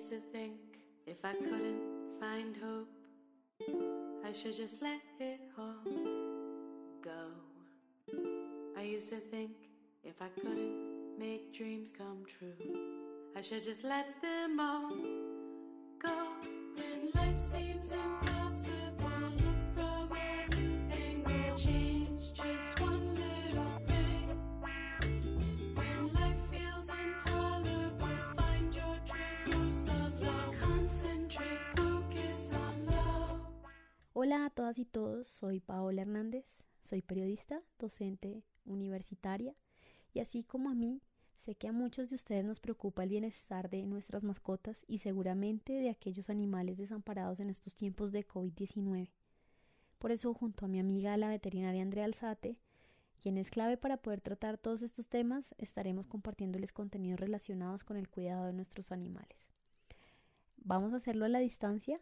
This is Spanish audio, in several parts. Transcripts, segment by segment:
used to think if I couldn't find hope, I should just let it all go. I used to think if I couldn't make dreams come true, I should just let them all go. When life seems impossible, look from a new angle. Change just one little thing. When life feels intolerable, find your true source of love. Concentrate, focus on love. Hola a todas y todos, soy Paola Hernández, soy periodista, docente universitaria y así como a mí, sé que a muchos de ustedes nos preocupa el bienestar de nuestras mascotas y seguramente de aquellos animales desamparados en estos tiempos de COVID-19. Por eso, junto a mi amiga la veterinaria Andrea Alzate, quien es clave para poder tratar todos estos temas, estaremos compartiéndoles contenidos relacionados con el cuidado de nuestros animales. Vamos a hacerlo a la distancia.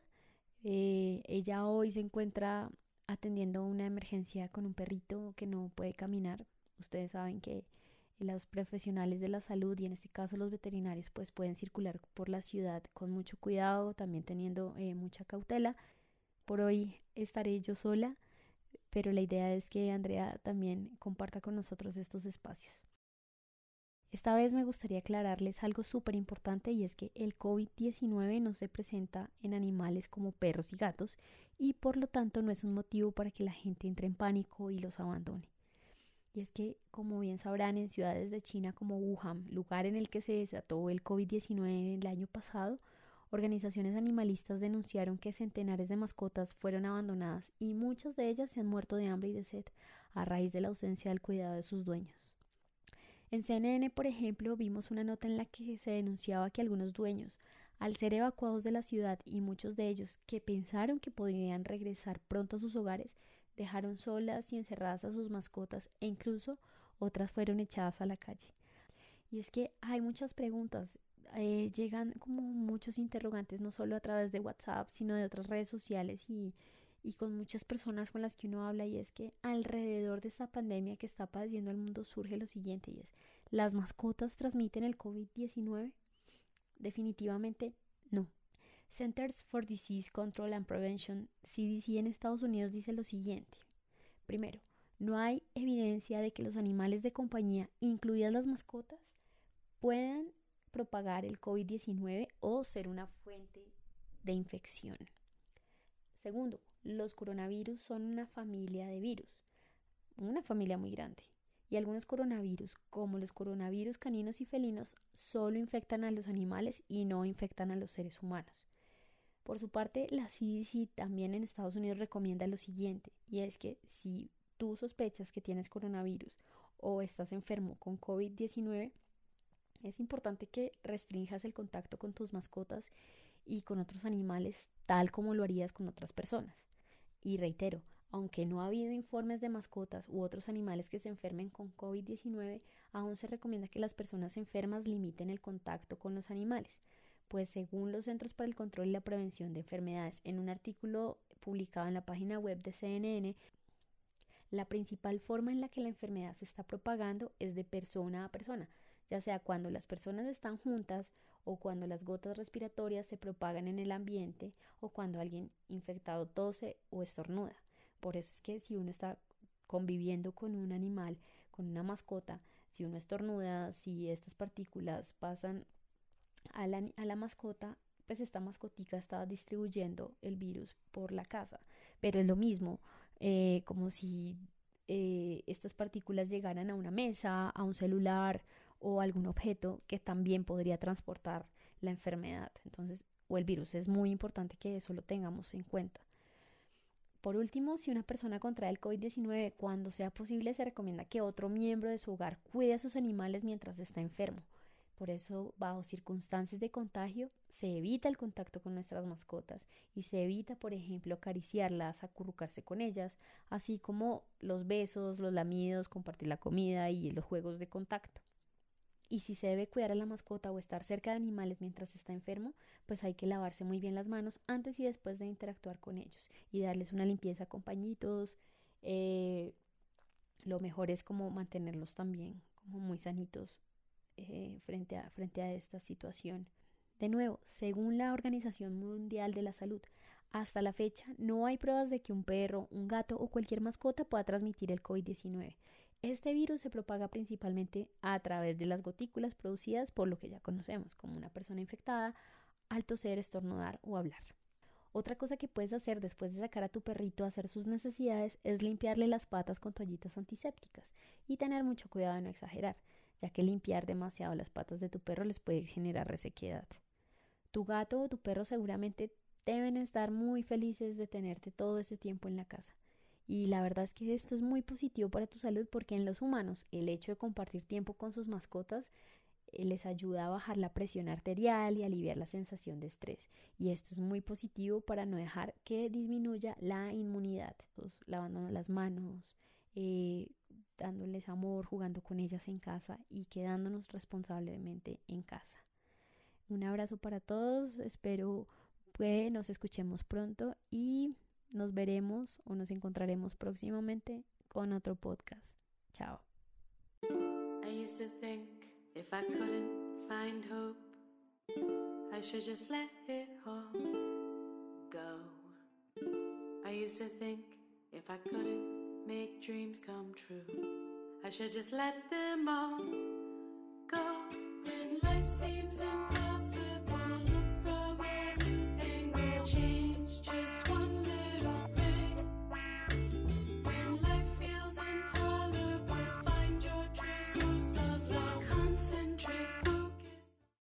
Ella hoy se encuentra atendiendo una emergencia con un perrito que no puede caminar. Ustedes saben que los profesionales de la salud y en este caso los veterinarios pues pueden circular por la ciudad con mucho cuidado, también teniendo mucha cautela. Por hoy estaré yo sola, pero la idea es que Andrea también comparta con nosotros estos espacios. Esta vez me gustaría aclararles algo súper importante y es que el COVID-19 no se presenta en animales como perros y gatos y por lo tanto no es un motivo para que la gente entre en pánico y los abandone. Y es que, como bien sabrán, en ciudades de China como Wuhan, lugar en el que se desató el COVID-19 el año pasado, organizaciones animalistas denunciaron que centenares de mascotas fueron abandonadas y muchas de ellas se han muerto de hambre y de sed a raíz de la ausencia del cuidado de sus dueños. En CNN, por ejemplo, vimos una nota en la que se denunciaba que algunos dueños, al ser evacuados de la ciudad y muchos de ellos que pensaron que podrían regresar pronto a sus hogares, dejaron solas y encerradas a sus mascotas e incluso otras fueron echadas a la calle. Y es que hay muchas preguntas, llegan como muchos interrogantes, no solo a través de WhatsApp, sino de otras redes sociales y con muchas personas con las que uno habla, y es que alrededor de esta pandemia que está padeciendo el mundo surge lo siguiente, y es, ¿las mascotas transmiten el COVID-19? Definitivamente no. Centers for Disease Control and Prevention, CDC en Estados Unidos, dice lo siguiente. Primero, no hay evidencia de que los animales de compañía, incluidas las mascotas, puedan propagar el COVID-19 o ser una fuente de infección. Segundo, los coronavirus son una familia de virus, una familia muy grande. Y algunos coronavirus, como los coronavirus caninos y felinos, solo infectan a los animales y no infectan a los seres humanos. Por su parte, la CDC también en Estados Unidos recomienda lo siguiente, y es que si tú sospechas que tienes coronavirus o estás enfermo con COVID-19, es importante que restringas el contacto con tus mascotas y con otros animales tal como lo harías con otras personas. Y reitero, aunque no ha habido informes de mascotas u otros animales que se enfermen con COVID-19, aún se recomienda que las personas enfermas limiten el contacto con los animales, pues según los Centros para el Control y la Prevención de Enfermedades, en un artículo publicado en la página web de CNN, la principal forma en la que la enfermedad se está propagando es de persona a persona, ya sea cuando las personas están juntas o cuando las gotas respiratorias se propagan en el ambiente o cuando alguien infectado tose o estornuda. Por eso es que si uno está conviviendo con un animal, con una mascota, si uno estornuda, si estas partículas pasan a la mascota, pues esta mascotica está distribuyendo el virus por la casa. Pero es lo mismo, como si estas partículas llegaran a una mesa, a un celular o a algún objeto que también podría transportar la enfermedad. Entonces, o el virus. Es muy importante que eso lo tengamos en cuenta. Por último, si una persona contrae el COVID-19, cuando sea posible, se recomienda que otro miembro de su hogar cuide a sus animales mientras está enfermo. Por eso, bajo circunstancias de contagio, se evita el contacto con nuestras mascotas y se evita, por ejemplo, acariciarlas, acurrucarse con ellas, así como los besos, los lamidos, compartir la comida y los juegos de contacto. Y si se debe cuidar a la mascota o estar cerca de animales mientras está enfermo, pues hay que lavarse muy bien las manos antes y después de interactuar con ellos y darles una limpieza con pañitos. Lo mejor es como mantenerlos también como muy sanitos frente a esta situación. De nuevo, según la Organización Mundial de la Salud, hasta la fecha no hay pruebas de que un perro, un gato o cualquier mascota pueda transmitir el COVID-19. Este virus se propaga principalmente a través de las gotículas producidas por lo que ya conocemos como una persona infectada al toser, estornudar o hablar. Otra cosa que puedes hacer después de sacar a tu perrito a hacer sus necesidades es limpiarle las patas con toallitas antisépticas y tener mucho cuidado de no exagerar, ya que limpiar demasiado las patas de tu perro les puede generar resequedad. Tu gato o tu perro seguramente deben estar muy felices de tenerte todo este tiempo en la casa. Y la verdad es que esto es muy positivo para tu salud porque en los humanos el hecho de compartir tiempo con sus mascotas les ayuda a bajar la presión arterial y aliviar la sensación de estrés. Y esto es muy positivo para no dejar que disminuya la inmunidad. Pues, lavándonos las manos, dándoles amor, jugando con ellas en casa y quedándonos responsablemente en casa. Un abrazo para todos, espero que nos escuchemos pronto y nos veremos o nos encontraremos próximamente con otro podcast. Chao. I used to think if I couldn't find hope, I should just let it all go. I used to think if I couldn't make dreams come true, I should just let them all go. When life seems